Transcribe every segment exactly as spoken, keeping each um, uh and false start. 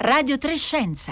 Radio tre Scienza.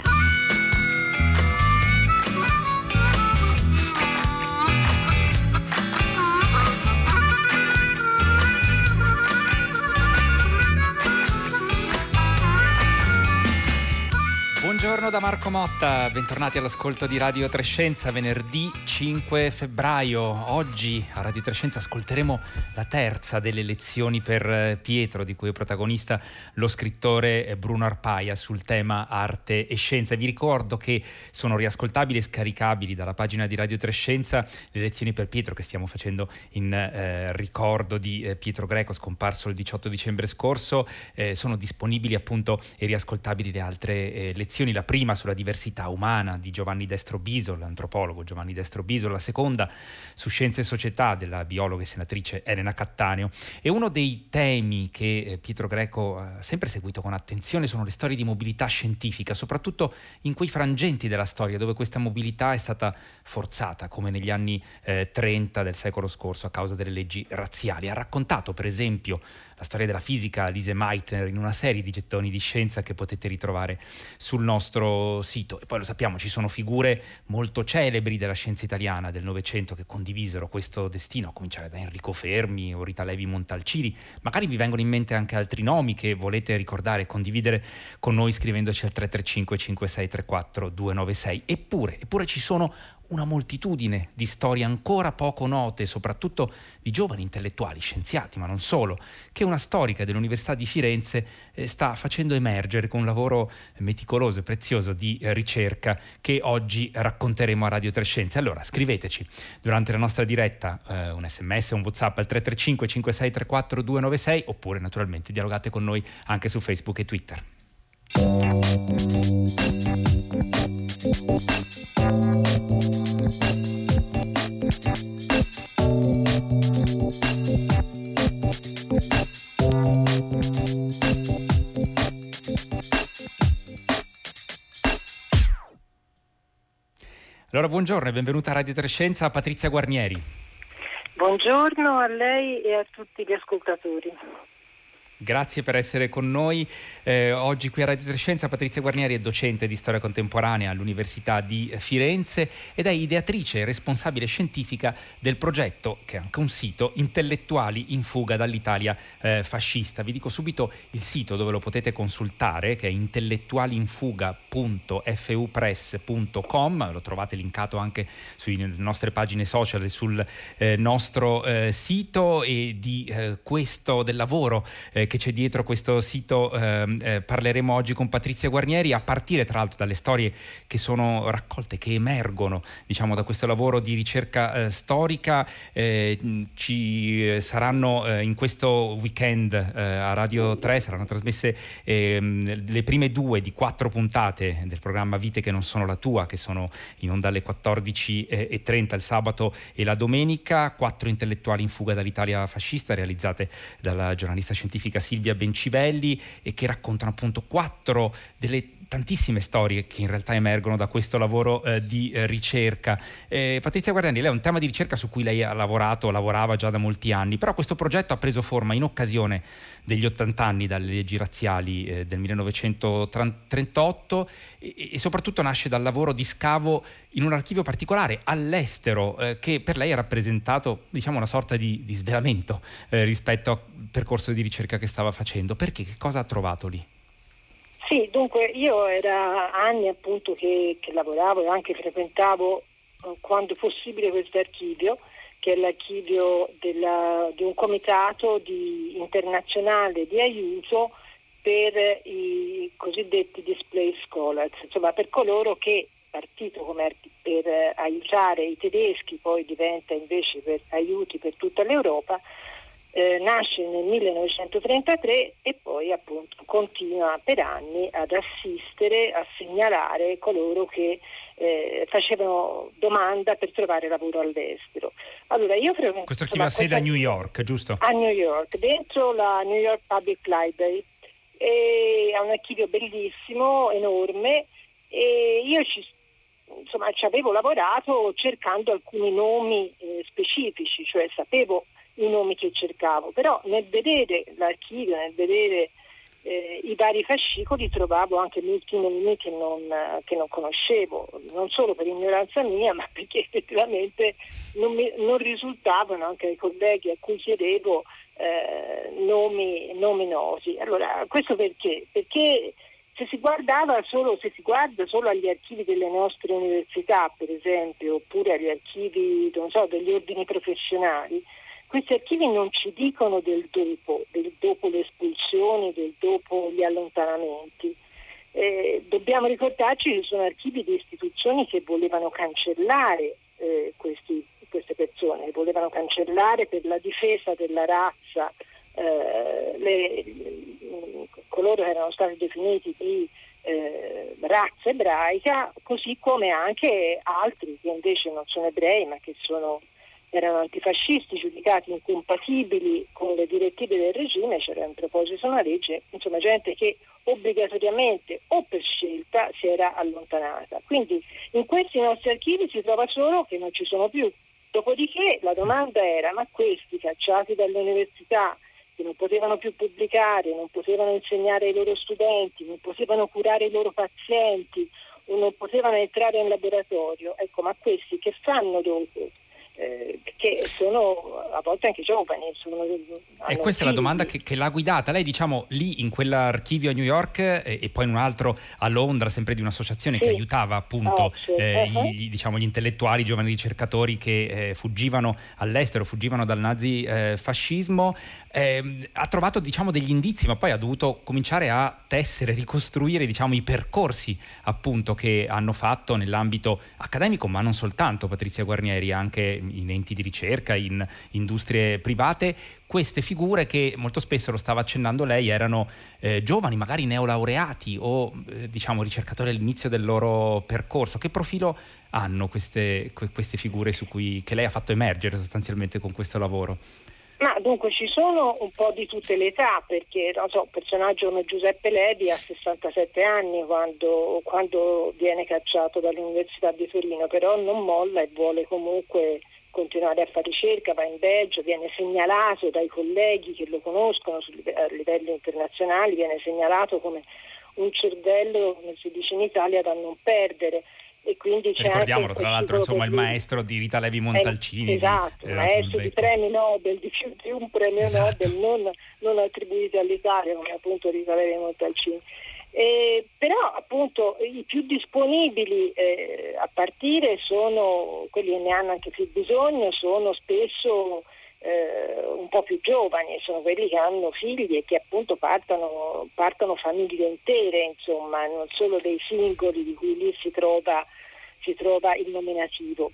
Buongiorno da Marco Motta, bentornati all'ascolto di Radio tre Scienza, venerdì cinque febbraio. Oggi a Radio tre Scienza ascolteremo la terza delle lezioni per Pietro, di cui è protagonista lo scrittore Bruno Arpaia sul tema arte e scienza. Vi ricordo che sono riascoltabili e scaricabili dalla pagina di Radio tre Scienza le lezioni per Pietro che stiamo facendo in eh, ricordo di eh, Pietro Greco, scomparso il diciotto dicembre scorso. Eh, sono disponibili appunto e riascoltabili le altre eh, lezioni. La prima sulla diversità umana di Giovanni Destro Bisol, l'antropologo Giovanni Destro Bisol, la seconda su Scienze e Società della biologa e senatrice Elena Cattaneo. E uno dei temi che eh, Pietro Greco ha sempre seguito con attenzione sono le storie di mobilità scientifica, soprattutto in quei frangenti della storia dove questa mobilità è stata forzata, come negli anni eh, trenta del secolo scorso a causa delle leggi razziali. Ha raccontato per esempio la storia della fisica Lise Meitner in una serie di gettoni di scienza che potete ritrovare sul nostro sito. E poi lo sappiamo, ci sono figure molto celebri della scienza italiana del Novecento che condivisero questo destino, a cominciare da Enrico Fermi o Rita Levi Montalcini. Magari vi vengono in mente anche altri nomi che volete ricordare e condividere con noi scrivendoci al tre tre cinque cinque sei tre quattro due nove sei. Eppure, eppure ci sono una moltitudine di storie ancora poco note, soprattutto di giovani intellettuali, scienziati, ma non solo, che una storica dell'Università di Firenze eh, sta facendo emergere con un lavoro meticoloso e prezioso di eh, ricerca che oggi racconteremo a Radio tre Scienze. Allora, scriveteci durante la nostra diretta eh, un sms o un WhatsApp al tre tre cinque cinque sei tre quattro due nove sei, oppure naturalmente dialogate con noi anche su Facebook e Twitter. Allora, buongiorno e benvenuta a Radio tre Scienza, Patrizia Guarnieri. Buongiorno a lei e a tutti gli ascoltatori. Grazie per essere con noi. Eh, oggi qui a Radio tre Scienza Patrizia Guarnieri è docente di storia contemporanea all'Università di Firenze ed è ideatrice e responsabile scientifica del progetto, che è anche un sito, Intellettuali in fuga dall'Italia eh, fascista. Vi dico subito il sito dove lo potete consultare, che è intellettualinfuga punto f u press punto com. Lo trovate linkato anche sulle nostre pagine social e sul eh, nostro eh, sito. E di eh, questo, del lavoro eh, che c'è dietro questo sito eh, eh, parleremo oggi con Patrizia Guarnieri, a partire tra l'altro dalle storie che sono raccolte, che emergono diciamo da questo lavoro di ricerca eh, storica. Eh, ci saranno eh, in questo weekend eh, a Radio tre saranno trasmesse eh, le prime due di quattro puntate del programma Vite che non sono la tua, che sono in onda alle quattordici e trenta il sabato e la domenica. Quattro intellettuali in fuga dall'Italia fascista, realizzate dalla giornalista scientifica Silvia Bencivelli, e che raccontano appunto quattro delle tantissime storie che in realtà emergono da questo lavoro eh, di eh, ricerca. Eh, Patrizia Guarnieri, lei è un tema di ricerca su cui lei ha lavorato, lavorava già da molti anni, però questo progetto ha preso forma in occasione degli ottanta anni dalle leggi razziali eh, del millenovecentotrentotto e, e soprattutto nasce dal lavoro di scavo in un archivio particolare all'estero eh, che per lei ha rappresentato diciamo una sorta di, di svelamento eh, rispetto al percorso di ricerca che stava facendo. Perché? Che cosa ha trovato lì? Sì, dunque io era anni appunto che, che lavoravo e anche frequentavo eh, quando possibile questo archivio, che è l'archivio della, di un comitato di, internazionale di aiuto per i cosiddetti displaced scholars, insomma per coloro che, partito come per aiutare i tedeschi, poi diventa invece per aiuti per tutta l'Europa. Eh, nasce nel millenovecentotrentatré e poi appunto continua per anni ad assistere, a segnalare coloro che eh, facevano domanda per trovare lavoro all'estero. Allora io frequento, questo archivio ha sede a New York, giusto? A New York, dentro la New York Public Library. E ha un archivio bellissimo, enorme, e io ci insomma ci avevo lavorato cercando alcuni nomi eh, specifici, cioè sapevo i nomi che cercavo, però nel vedere l'archivio, nel vedere eh, i vari fascicoli trovavo anche molti nomi che non, che non conoscevo, non solo per ignoranza mia, ma perché effettivamente non, mi, non risultavano anche ai colleghi a cui chiedevo eh, nomi, nomi noti. Allora, questo perché? Perché se si guardava solo, se si guarda solo agli archivi delle nostre università, per esempio, oppure agli archivi, non so, degli ordini professionali, questi archivi non ci dicono del dopo, del dopo le espulsioni, del dopo gli allontanamenti. Eh, dobbiamo ricordarci che sono archivi di istituzioni che volevano cancellare eh, questi, queste persone, volevano cancellare per la difesa della razza eh, le, coloro che erano stati definiti di eh, razza ebraica, così come anche altri che invece non sono ebrei ma che sono erano antifascisti, giudicati incompatibili con le direttive del regime. C'era in proposito una legge, insomma gente che obbligatoriamente o per scelta si era allontanata. Quindi in questi nostri archivi si trova solo che non ci sono più. Dopodiché la domanda era: ma questi cacciati dalle università, che non potevano più pubblicare, non potevano insegnare ai loro studenti, non potevano curare i loro pazienti o non potevano entrare in laboratorio, ecco, ma questi che fanno dopo? Eh, che sono a volte anche giovani. Sono, e questa figli. È la domanda che, che l'ha guidata. Lei, diciamo, lì in quell'archivio a New York e, e poi in un altro a Londra, sempre di un'associazione sì. che aiutava appunto oh, sì. eh, uh-huh. gli, diciamo, gli intellettuali, i giovani ricercatori che eh, fuggivano all'estero, fuggivano dal nazifascismo, eh, ha trovato, diciamo, degli indizi, ma poi ha dovuto cominciare a tessere, ricostruire, diciamo, i percorsi appunto che hanno fatto nell'ambito accademico, ma non soltanto, Patrizia Guarnieri, anche in enti di ricerca, in industrie private. Queste figure che molto spesso, lo stava accennando lei, erano eh, giovani, magari neolaureati o eh, diciamo ricercatori all'inizio del loro percorso. Che profilo hanno queste, queste figure su cui, che lei ha fatto emergere sostanzialmente con questo lavoro? Ma dunque ci sono un po' di tutte le età, perché non so, un personaggio come Giuseppe Levi ha sessantasette anni quando, quando viene cacciato dall'Università di Torino, però non molla e vuole comunque continuare a fare ricerca, va in Belgio, viene segnalato dai colleghi che lo conoscono a livelli internazionali, viene segnalato come un cervello, come si dice in Italia, da non perdere. E quindi c'è ricordiamolo, anche tra l'altro, insomma, il maestro di Rita Levi Montalcini. Eh, esatto, il maestro di premi Nobel, di più di un premio esatto. Nobel non, non attribuiti all'Italia, come appunto Rita Levi Montalcini. Eh, però appunto i più disponibili eh, a partire sono quelli che ne hanno anche più bisogno, sono spesso eh, un po' più giovani, sono quelli che hanno figli e che appunto partono, partono famiglie intere, insomma, non solo dei singoli di cui lì si trova, si trova il nominativo.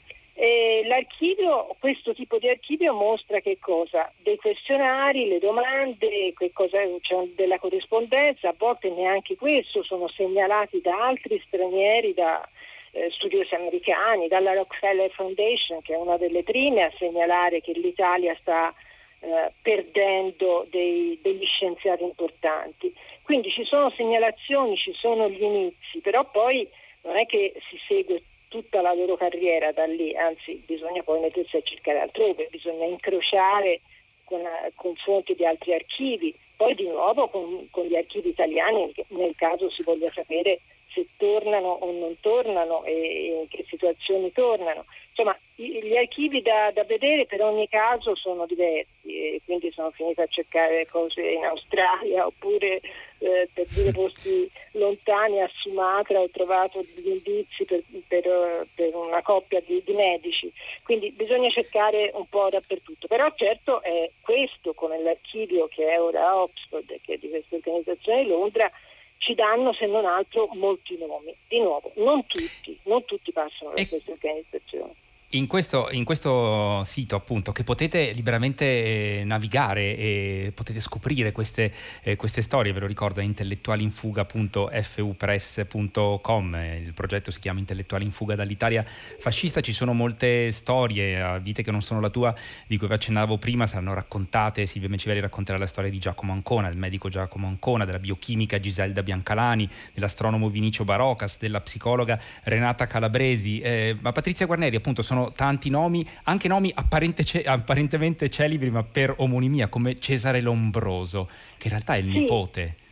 E l'archivio, questo tipo di archivio mostra che cosa? Dei questionari, le domande, che cosa, cioè della corrispondenza, a volte neanche questo, sono segnalati da altri stranieri, da eh, studiosi americani, dalla Rockefeller Foundation, che è una delle prime a segnalare che l'Italia sta eh, perdendo dei, degli scienziati importanti. Quindi ci sono segnalazioni, ci sono gli inizi, però poi non è che si segue tutta la loro carriera da lì, anzi bisogna poi mettersi a cercare altrove, bisogna incrociare con, con fonti di altri archivi, poi di nuovo con, con gli archivi italiani nel caso si voglia sapere se tornano o non tornano e in che situazioni tornano. Insomma, gli archivi da, da vedere per ogni caso sono diversi e quindi sono finita a cercare cose in Australia oppure eh, per dire posti lontani a Sumatra ho trovato degli indizi per, per, per una coppia di, di medici, quindi bisogna cercare un po' dappertutto, però certo è questo, come l'archivio che è ora a Oxford, che è di questa organizzazione di Londra, ci danno se non altro molti nomi. Di nuovo, non tutti, non tutti passano da queste organizzazioni. In questo, in questo sito appunto che potete liberamente navigare e potete scoprire queste, eh, queste storie, ve lo ricordo, è intellettualinfuga punto f u press punto com, il progetto si chiama Intellettuali in fuga dall'Italia fascista, ci sono molte storie, a vite che non sono la tua, di cui vi accennavo prima, saranno raccontate, Silvia Mencivelli racconterà la storia di Giacomo Ancona, del medico Giacomo Ancona, della biochimica Giselda Biancalani, dell'astronomo Vinicio Barocas, della psicologa Renata Calabresi, eh, ma Patrizia Guarneri appunto sono tanti nomi, anche nomi apparente, apparentemente celebri ma per omonimia, come Cesare Lombroso, che in realtà è il sì. nipote.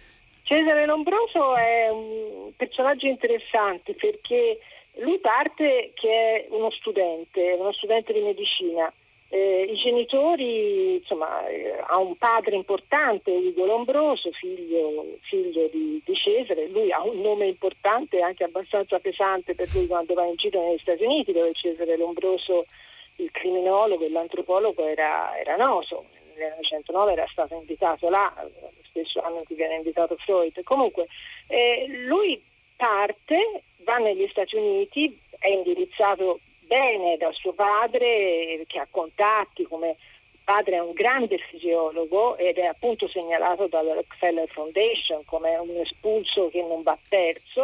Cesare Lombroso è un personaggio interessante perché lui parte che è uno studente, uno studente di medicina. Eh, I genitori, insomma, eh, ha un padre importante, Ugo Lombroso, figlio, figlio di, di Cesare. Lui ha un nome importante e anche abbastanza pesante per lui quando va in giro negli Stati Uniti, dove Cesare Lombroso, il criminologo e l'antropologo, era, era noto. Nel millenovecentonove era stato invitato là, lo stesso anno in cui viene invitato Freud. Comunque, eh, lui parte, va negli Stati Uniti, è indirizzato bene da suo padre, che ha contatti, come il padre è un grande fisiologo ed è appunto segnalato dalla Rockefeller Foundation come un espulso che non va perso,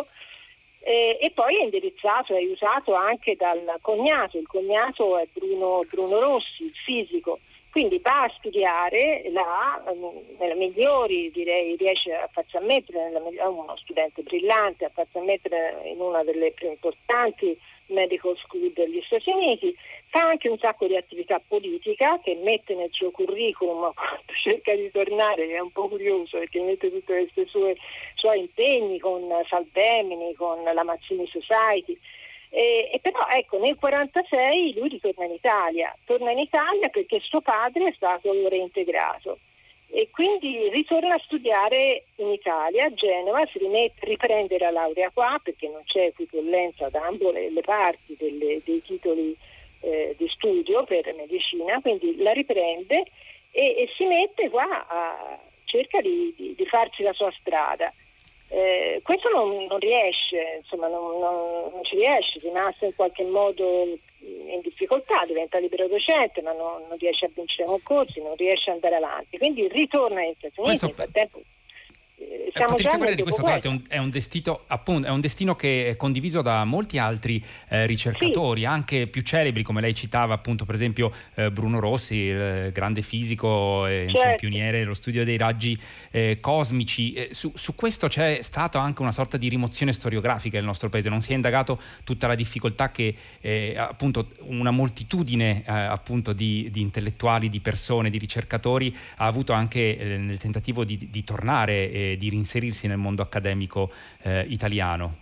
e, e poi è indirizzato e aiutato anche dal cognato. Il cognato è Bruno, Bruno Rossi, il fisico. Quindi va a studiare là, nelle migliori, direi, riesce a farsi ammettere, è uno studente brillante, a farsi ammettere in una delle più importanti medical school degli Stati Uniti, fa anche un sacco di attività politica che mette nel suo curriculum quando cerca di tornare, è un po' curioso perché mette tutti questi suoi, suoi impegni con Salvemini, con la Mazzini Society. E, e però ecco, nel quarantasei lui ritorna in Italia, torna in Italia perché suo padre è stato reintegrato e quindi ritorna a studiare in Italia, a Genova, si rimette, riprende la laurea qua perché non c'è equipollenza da ambo le, le parti delle, dei titoli eh, di studio per medicina, quindi la riprende e, e si mette qua, a, cerca di, di, di farsi la sua strada. Eh, questo non, non riesce, insomma non, non, non ci riesce, rimase in qualche modo in difficoltà, diventa libero docente ma non, non riesce a vincere concorsi, non riesce ad andare avanti, quindi ritorna negli Stati Uniti. Questo... Nel frattempo Eh, Patrizia Guerrieri, questo tra l'altro è un, è un destino appunto, è un destino che è condiviso da molti altri eh, ricercatori, sì, anche più celebri, come lei citava appunto per esempio eh, Bruno Rossi, il grande fisico e certo, insomma, pioniere dello studio dei raggi eh, cosmici. Eh, su, su questo c'è stata anche una sorta di rimozione storiografica del nostro paese, non si è indagato tutta la difficoltà che eh, appunto una moltitudine eh, appunto di, di intellettuali, di persone, di ricercatori ha avuto anche eh, nel tentativo di, di tornare eh, di reinserirsi nel mondo accademico eh, italiano.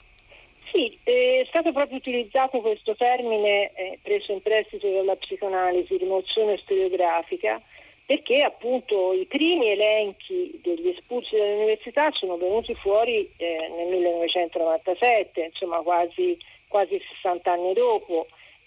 Sì, è stato proprio utilizzato questo termine eh, preso in prestito dalla psicoanalisi, rimozione storiografica, perché appunto i primi elenchi degli espulsi dall'università sono venuti fuori eh, nel millenovecentonovantasette, insomma quasi, quasi sessanta anni dopo,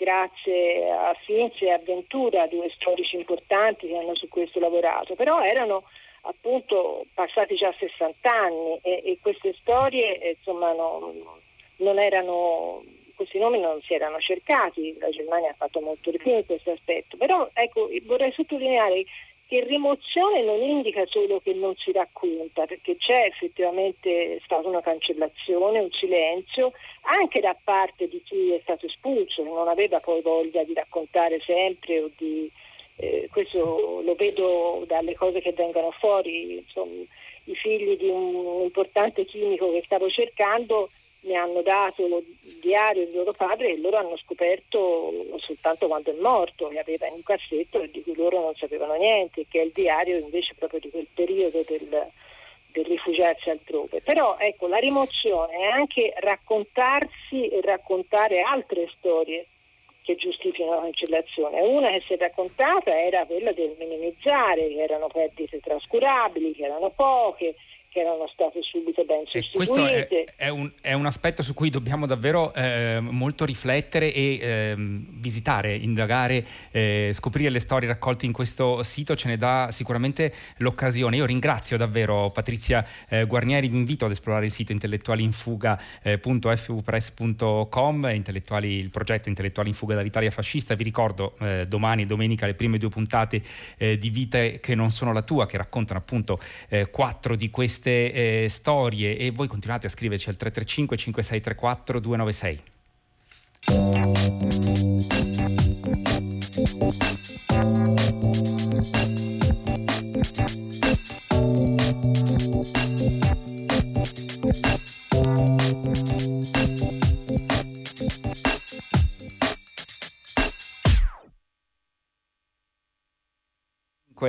grazie a Finzi e a Ventura, due storici importanti che hanno su questo lavorato, però erano appunto passati già sessanta anni e, e queste storie eh, insomma no, non erano, questi nomi non si erano cercati, la Germania ha fatto molto di più in questo aspetto, però ecco vorrei sottolineare che rimozione non indica solo che non si racconta, perché c'è effettivamente stata una cancellazione, un silenzio anche da parte di chi è stato espulso, che non aveva poi voglia di raccontare sempre o di Eh, questo lo vedo dalle cose che vengono fuori, insomma, i figli di un importante chimico che stavo cercando mi hanno dato lo diario di loro padre e loro hanno scoperto soltanto quando è morto, che aveva in un cassetto e di cui loro non sapevano niente, che è il diario invece proprio di quel periodo del, del rifugiarsi altrove. Però ecco, la rimozione è anche raccontarsi e raccontare altre storie che giustificano la cancellazione. Una che si è raccontata era quella del minimizzare, che erano perdite trascurabili, che erano poche, che erano state subito ben sostituite. E questo è, è, un, è un aspetto su cui dobbiamo davvero eh, molto riflettere e eh, visitare, indagare, eh, scoprire le storie raccolte in questo sito, ce ne dà sicuramente l'occasione. Io ringrazio davvero Patrizia eh, Guarnieri, vi invito ad esplorare il sito intellettualinfuga punto f u press punto com, intellettuali, il progetto Intellettuali in fuga dall'Italia fascista. Vi ricordo eh, domani e domenica le prime due puntate eh, di Vite che non sono la tua, che raccontano appunto eh, quattro di queste Eh, storie, e voi continuate a scriverci al tre tre cinque cinque sei tre quattro due nove sei.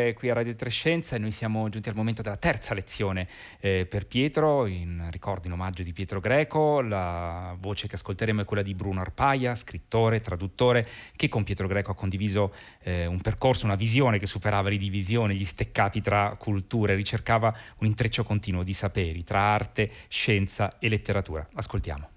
cinque qui a Radio Trescenza e noi siamo giunti al momento della terza lezione eh, per Pietro, in ricordo, in omaggio di Pietro Greco. La voce che ascolteremo è quella di Bruno Arpaia, scrittore, traduttore, che con Pietro Greco ha condiviso eh, un percorso, una visione che superava le divisioni, gli steccati tra culture, ricercava un intreccio continuo di saperi tra arte, scienza e letteratura. Ascoltiamo.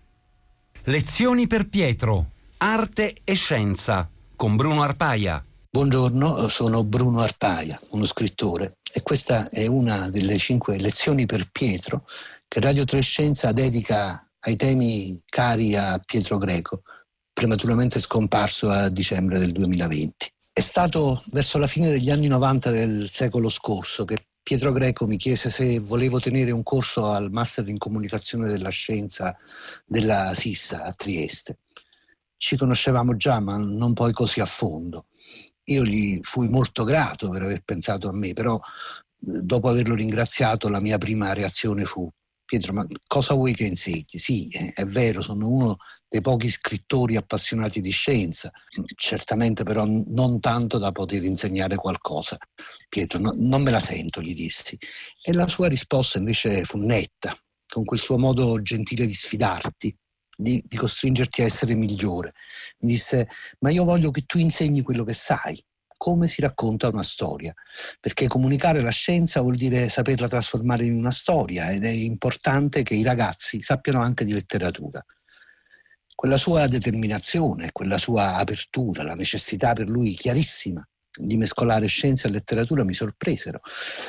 Lezioni per Pietro, arte e scienza, con Bruno Arpaia. Buongiorno, sono Bruno Arpaia, uno scrittore, e questa è una delle cinque lezioni per Pietro che Radio Trescenza dedica ai temi cari a Pietro Greco, prematuramente scomparso a dicembre del duemilaventi. È stato verso la fine degli anni novanta del secolo scorso che Pietro Greco mi chiese se volevo tenere un corso al Master in Comunicazione della Scienza della Sissa a Trieste. Ci conoscevamo già, ma non poi così a fondo. Io gli fui molto grato per aver pensato a me, però dopo averlo ringraziato la mia prima reazione fu: Pietro, ma cosa vuoi che insegni? Sì, è vero, sono uno dei pochi scrittori appassionati di scienza, certamente però non tanto da poter insegnare qualcosa. Pietro, no, non me la sento, gli dissi. E la sua risposta invece fu netta, con quel suo modo gentile di sfidarti, di, di costringerti a essere migliore. Mi disse: ma io voglio che tu insegni quello che sai, come si racconta una storia, perché comunicare la scienza vuol dire saperla trasformare in una storia, ed è importante che i ragazzi sappiano anche di letteratura. Quella sua determinazione, quella sua apertura, la necessità per lui chiarissima di mescolare scienza e letteratura mi sorpresero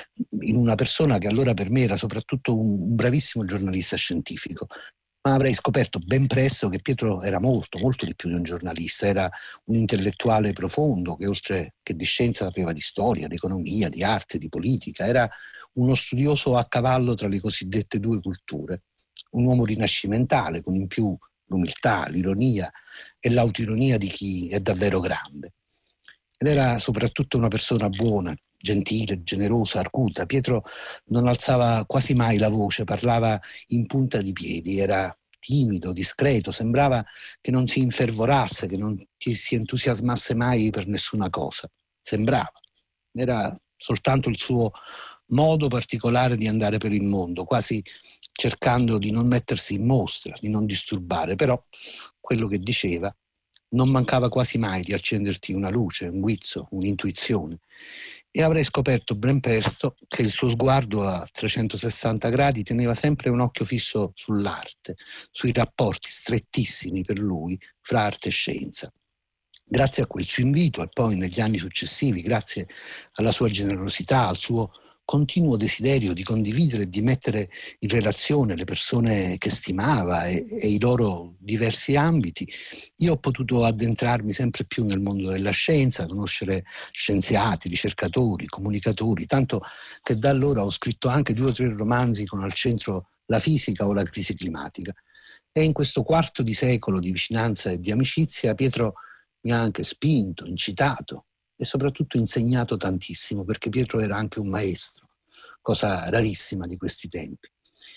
in una persona che allora per me era soprattutto un bravissimo giornalista scientifico. Ma avrei scoperto ben presto che Pietro era molto, molto di più di un giornalista, era un intellettuale profondo che oltre che di scienza sapeva di storia, di economia, di arte, di politica, era uno studioso a cavallo tra le cosiddette due culture, un uomo rinascimentale con in più l'umiltà, l'ironia e l'autironia di chi è davvero grande. Ed era soprattutto una persona buona, gentile, generosa, arguta. Pietro non alzava quasi mai la voce, parlava in punta di piedi, era timido, discreto, sembrava che non si infervorasse, che non si entusiasmasse mai per nessuna cosa. Sembrava. Era soltanto il suo modo particolare di andare per il mondo, quasi cercando di non mettersi in mostra, di non disturbare, però quello che diceva non mancava quasi mai di accenderti una luce, un guizzo, un'intuizione. E avrei scoperto ben presto che il suo sguardo a trecentosessanta gradi teneva sempre un occhio fisso sull'arte, sui rapporti strettissimi per lui fra arte e scienza. Grazie a quel suo invito e poi negli anni successivi, grazie alla sua generosità, al suo continuo desiderio di condividere e di mettere in relazione le persone che stimava e, e i loro diversi ambiti, io ho potuto addentrarmi sempre più nel mondo della scienza, conoscere scienziati, ricercatori, comunicatori, tanto che da allora ho scritto anche due o tre romanzi con al centro la fisica o la crisi climatica. E in questo quarto di secolo di vicinanza e di amicizia Pietro mi ha anche spinto, incitato e soprattutto insegnato tantissimo, perché Pietro era anche un maestro, cosa rarissima di questi tempi.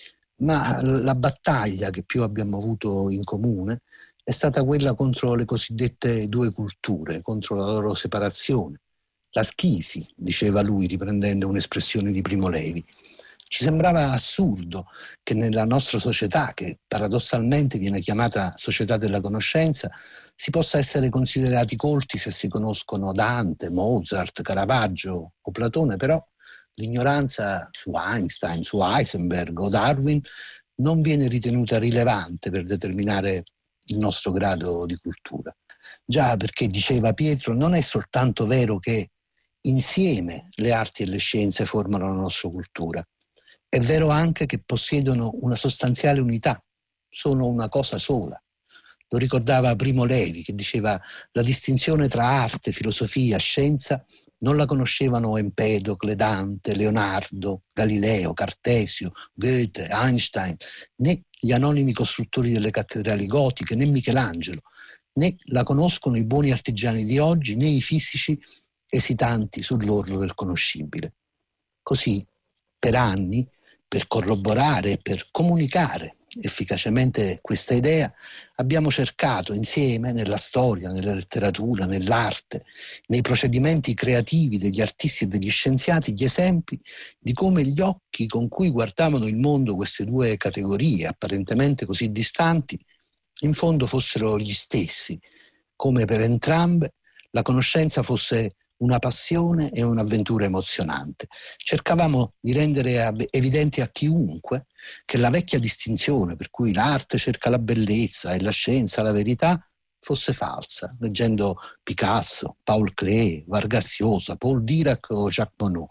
Ma la battaglia che più abbiamo avuto in comune è stata quella contro le cosiddette due culture, contro la loro separazione. La schisi, diceva lui, riprendendo un'espressione di Primo Levi. Ci sembrava assurdo che nella nostra società, che paradossalmente viene chiamata società della conoscenza, si possa essere considerati colti se si conoscono Dante, Mozart, Caravaggio o Platone, però l'ignoranza su Einstein, su Heisenberg o Darwin non viene ritenuta rilevante per determinare il nostro grado di cultura. Già perché, diceva Pietro, non è soltanto vero che insieme le arti e le scienze formano la nostra cultura, è vero anche che possiedono una sostanziale unità, sono una cosa sola. Lo ricordava Primo Levi, che diceva: la distinzione tra arte, filosofia, scienza non la conoscevano Empedocle, Dante, Leonardo, Galileo, Cartesio, Goethe, Einstein, né gli anonimi costruttori delle cattedrali gotiche, né Michelangelo, né la conoscono i buoni artigiani di oggi, né i fisici esitanti sull'orlo del conoscibile. Così, per anni, per corroborare e per comunicare efficacemente questa idea, abbiamo cercato insieme nella storia, nella letteratura, nell'arte, nei procedimenti creativi degli artisti e degli scienziati gli esempi di come gli occhi con cui guardavano il mondo queste due categorie apparentemente così distanti in fondo fossero gli stessi, come per entrambe la conoscenza fosse una passione e un'avventura emozionante. Cercavamo di rendere evidente a chiunque che la vecchia distinzione per cui l'arte cerca la bellezza e la scienza la verità fosse falsa, leggendo Picasso, Paul Klee, Vargas Llosa, Paul Dirac o Jacques Monod.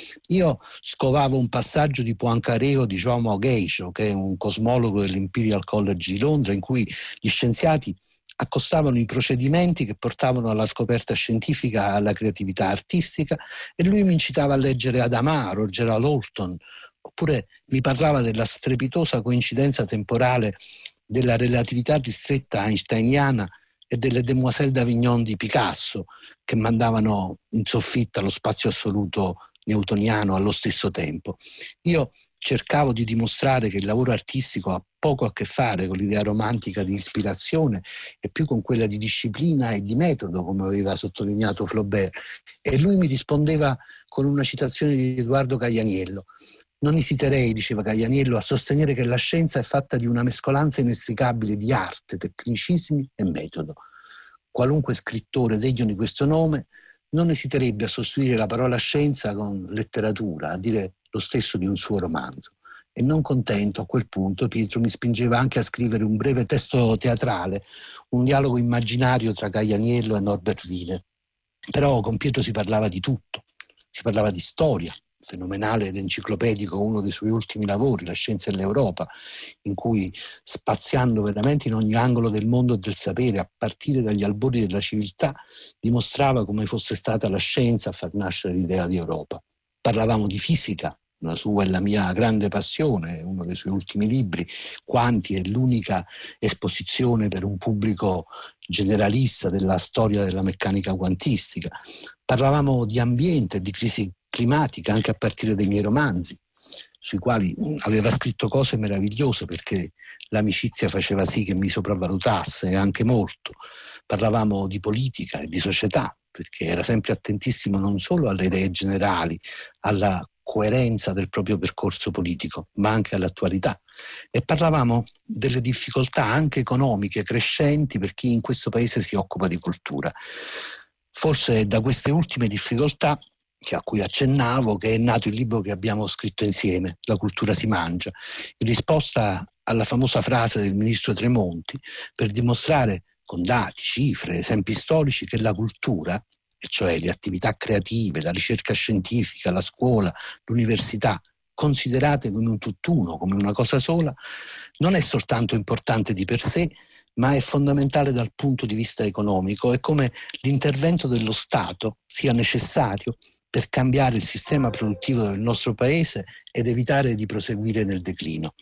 Io scovavo un passaggio di Poincaré o di Jaume Geijo, che è un cosmologo dell'Imperial College di Londra, in cui gli scienziati accostavano i procedimenti che portavano alla scoperta scientifica, alla creatività artistica, e lui mi incitava a leggere Adama, Gerald Holton, oppure mi parlava della strepitosa coincidenza temporale della relatività ristretta einsteiniana e delle Demoiselles d'Avignon di Picasso, che mandavano in soffitta lo spazio assoluto newtoniano allo stesso tempo. Io cercavo di dimostrare che il lavoro artistico ha poco a che fare con l'idea romantica di ispirazione e più con quella di disciplina e di metodo, come aveva sottolineato Flaubert, e lui mi rispondeva con una citazione di Edoardo Caianiello. Non esiterei, diceva Caianiello, a sostenere che la scienza è fatta di una mescolanza inestricabile di arte, tecnicismi e metodo. Qualunque scrittore degno di questo nome non esiterebbe a sostituire la parola scienza con letteratura, a dire lo stesso di un suo romanzo. E non contento, a quel punto Pietro mi spingeva anche a scrivere un breve testo teatrale, un dialogo immaginario tra Caianiello e Norbert Wiener. Però con Pietro si parlava di tutto, si parlava di storia, fenomenale ed enciclopedico, uno dei suoi ultimi lavori, La scienza e l'Europa, in cui, spaziando veramente in ogni angolo del mondo e del sapere, a partire dagli albori della civiltà, dimostrava come fosse stata la scienza a far nascere l'idea di Europa. Parlavamo di fisica, la sua e la mia grande passione, uno dei suoi ultimi libri, Quanti è l'unica esposizione per un pubblico generalista della storia della meccanica quantistica. Parlavamo di ambiente, di crisi climatica, anche a partire dai miei romanzi, sui quali aveva scritto cose meravigliose perché l'amicizia faceva sì che mi sopravvalutasse, e anche molto. Parlavamo di politica e di società, perché era sempre attentissimo non solo alle idee generali, alla coerenza del proprio percorso politico, ma anche all'attualità. E parlavamo delle difficoltà anche economiche crescenti per chi in questo paese si occupa di cultura. Forse è da queste ultime difficoltà, che a cui accennavo, che è nato il libro che abbiamo scritto insieme, La cultura si mangia, in risposta alla famosa frase del ministro Tremonti, per dimostrare con dati, cifre, esempi storici che la cultura, e cioè le attività creative, la ricerca scientifica, la scuola, l'università, considerate come un tutt'uno, come una cosa sola, non è soltanto importante di per sé, ma è fondamentale dal punto di vista economico, e come l'intervento dello Stato sia necessario per cambiare il sistema produttivo del nostro paese ed evitare di proseguire nel declino.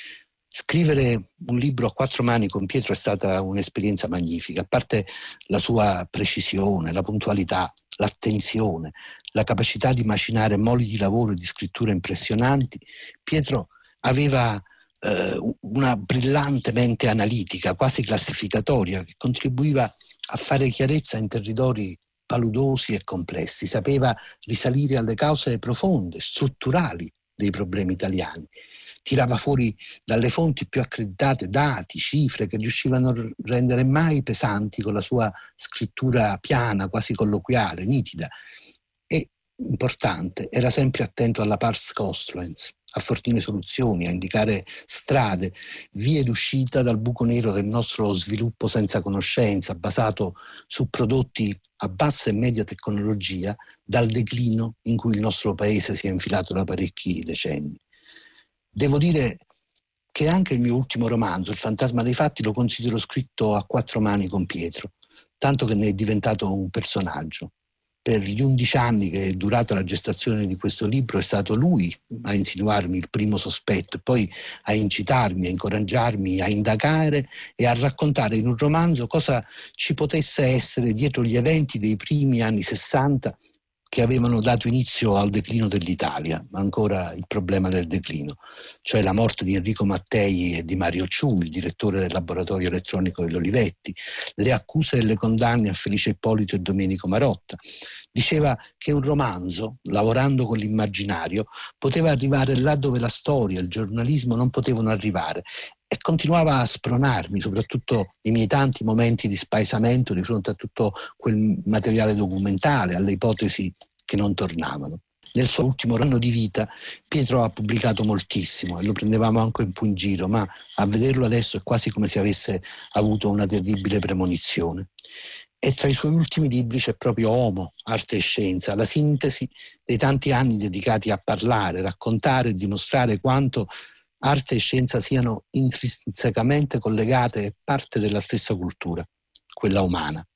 Scrivere un libro a quattro mani con Pietro è stata un'esperienza magnifica. A parte la sua precisione, la puntualità, l'attenzione, la capacità di macinare moli di lavoro e di scrittura impressionanti, Pietro aveva eh, una brillante mente analitica, quasi classificatoria, che contribuiva a fare chiarezza in territori paludosi e complessi. Sapeva risalire alle cause profonde, strutturali dei problemi italiani. Tirava fuori dalle fonti più accreditate dati, cifre che riuscivano a rendere mai pesanti con la sua scrittura piana, quasi colloquiale, nitida. E, importante, era sempre attento alla pars construens, a fornire soluzioni, a indicare strade, vie d'uscita dal buco nero del nostro sviluppo senza conoscenza, basato su prodotti a bassa e media tecnologia, dal declino in cui il nostro paese si è infilato da parecchi decenni. Devo dire che anche il mio ultimo romanzo, Il fantasma dei fatti, lo considero scritto a quattro mani con Pietro, tanto che ne è diventato un personaggio. Per gli undici anni che è durata la gestazione di questo libro è stato lui a insinuarmi il primo sospetto, poi a incitarmi, a incoraggiarmi a indagare e a raccontare in un romanzo cosa ci potesse essere dietro gli eventi dei primi anni sessanta che avevano dato inizio al declino dell'Italia, ma ancora il problema del declino, cioè la morte di Enrico Mattei e di Mario Ciù, il direttore del laboratorio elettronico dell'Olivetti, le accuse e le condanne a Felice Ippolito e Domenico Marotta. Diceva che un romanzo, lavorando con l'immaginario, poteva arrivare là dove la storia e il giornalismo non potevano arrivare, e continuava a spronarmi, soprattutto nei miei tanti momenti di spaesamento di fronte a tutto quel materiale documentale, alle ipotesi che non tornavano. Nel suo ultimo anno di vita Pietro ha pubblicato moltissimo e lo prendevamo anche un po' in giro, ma a vederlo adesso è quasi come se avesse avuto una terribile premonizione. E tra i suoi ultimi libri c'è proprio Homo, arte e scienza, la sintesi dei tanti anni dedicati a parlare, raccontare e dimostrare quanto arte e scienza siano intrinsecamente collegate e parte della stessa cultura, quella umana.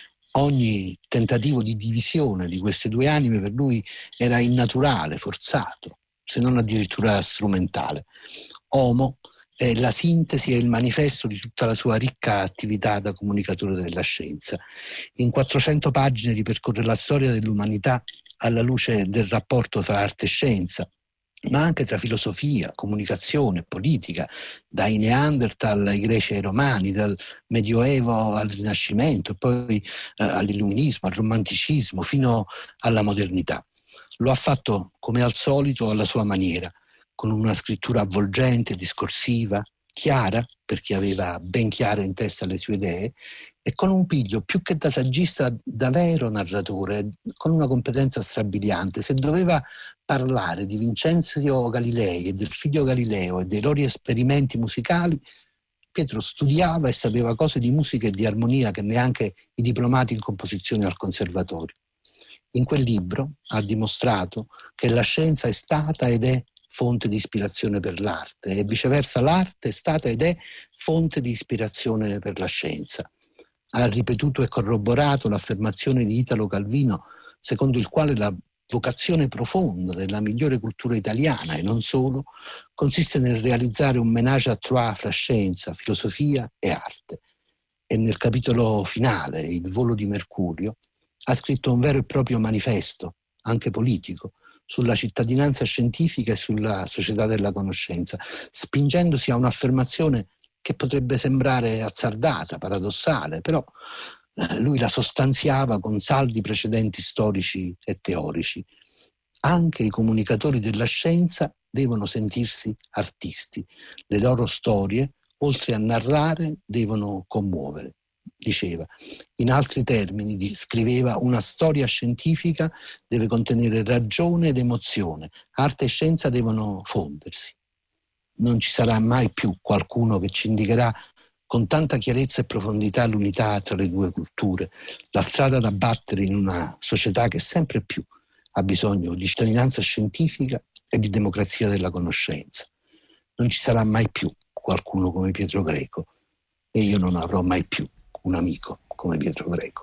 Ogni tentativo di divisione di queste due anime per lui era innaturale, forzato, se non addirittura strumentale. Homo è la sintesi e il manifesto di tutta la sua ricca attività da comunicatore della scienza. In quattrocento pagine ripercorre la storia dell'umanità alla luce del rapporto tra arte e scienza, ma anche tra filosofia, comunicazione, politica, dai Neanderthal ai greci e ai romani, dal Medioevo al Rinascimento, poi eh, all'Illuminismo, al Romanticismo, fino alla modernità. Lo ha fatto, come al solito, alla sua maniera, con una scrittura avvolgente, discorsiva, chiara, perché aveva ben chiare in testa le sue idee, e con un piglio più che da saggista, da vero narratore, con una competenza strabiliante. Se doveva parlare di Vincenzo Galilei e del figlio Galileo e dei loro esperimenti musicali, Pietro studiava e sapeva cose di musica e di armonia che neanche i diplomati in composizione al conservatorio. In quel libro ha dimostrato che la scienza è stata ed è fonte di ispirazione per l'arte, e viceversa l'arte è stata ed è fonte di ispirazione per la scienza. Ha ripetuto e corroborato l'affermazione di Italo Calvino, secondo il quale la vocazione profonda della migliore cultura italiana, e non solo, consiste nel realizzare un ménage à trois fra scienza, filosofia e arte. E nel capitolo finale, Il volo di Mercurio, ha scritto un vero e proprio manifesto, anche politico, sulla cittadinanza scientifica e sulla società della conoscenza, spingendosi a un'affermazione che potrebbe sembrare azzardata, paradossale, però eh, lui la sostanziava con saldi precedenti storici e teorici. Anche i comunicatori della scienza devono sentirsi artisti. Le loro storie, oltre a narrare, devono commuovere. Diceva, in altri termini, scriveva, una storia scientifica deve contenere ragione ed emozione, arte e scienza devono fondersi. Non ci sarà mai più qualcuno che ci indicherà con tanta chiarezza e profondità l'unità tra le due culture, la strada da battere in una società che sempre più ha bisogno di cittadinanza scientifica e di democrazia della conoscenza. Non ci sarà mai più qualcuno come Pietro Greco, e io non avrò mai più un amico come Pietro Greco.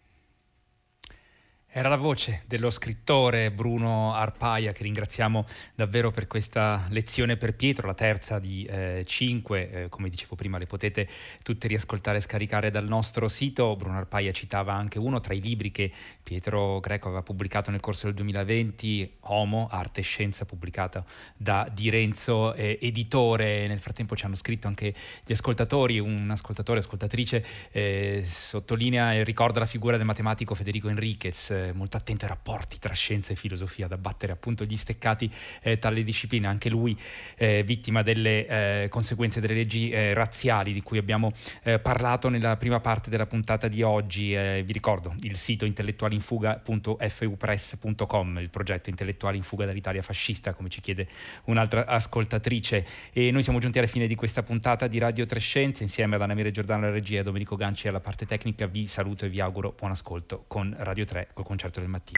Era la voce dello scrittore Bruno Arpaia, che ringraziamo davvero per questa lezione per Pietro, la terza di eh, cinque, eh, come dicevo prima le potete tutte riascoltare e scaricare dal nostro sito. Bruno Arpaia citava anche uno tra i libri che Pietro Greco aveva pubblicato nel corso del duemilaventi, Homo, arte e scienza, pubblicata da Di Renzo eh, editore. Nel frattempo ci hanno scritto anche gli ascoltatori, un ascoltatore, ascoltatrice eh, sottolinea e ricorda la figura del matematico Federico Enriquez, molto attento ai rapporti tra scienza e filosofia, da battere appunto gli steccati eh, tale disciplina. Anche lui eh, vittima delle eh, conseguenze delle leggi eh, razziali di cui abbiamo eh, parlato nella prima parte della puntata di oggi. Eh, vi ricordo il sito intellettualinfuga punto f u press punto com, il progetto Intellettuali in fuga dall'Italia fascista, come ci chiede un'altra ascoltatrice. E noi siamo giunti alla fine di questa puntata di Radio Tre Scienze. Insieme ad Anna Mere Giordano alla regia e Domenico Ganci alla parte tecnica vi saluto e vi auguro buon ascolto con Radio tre, col concerto del mattino.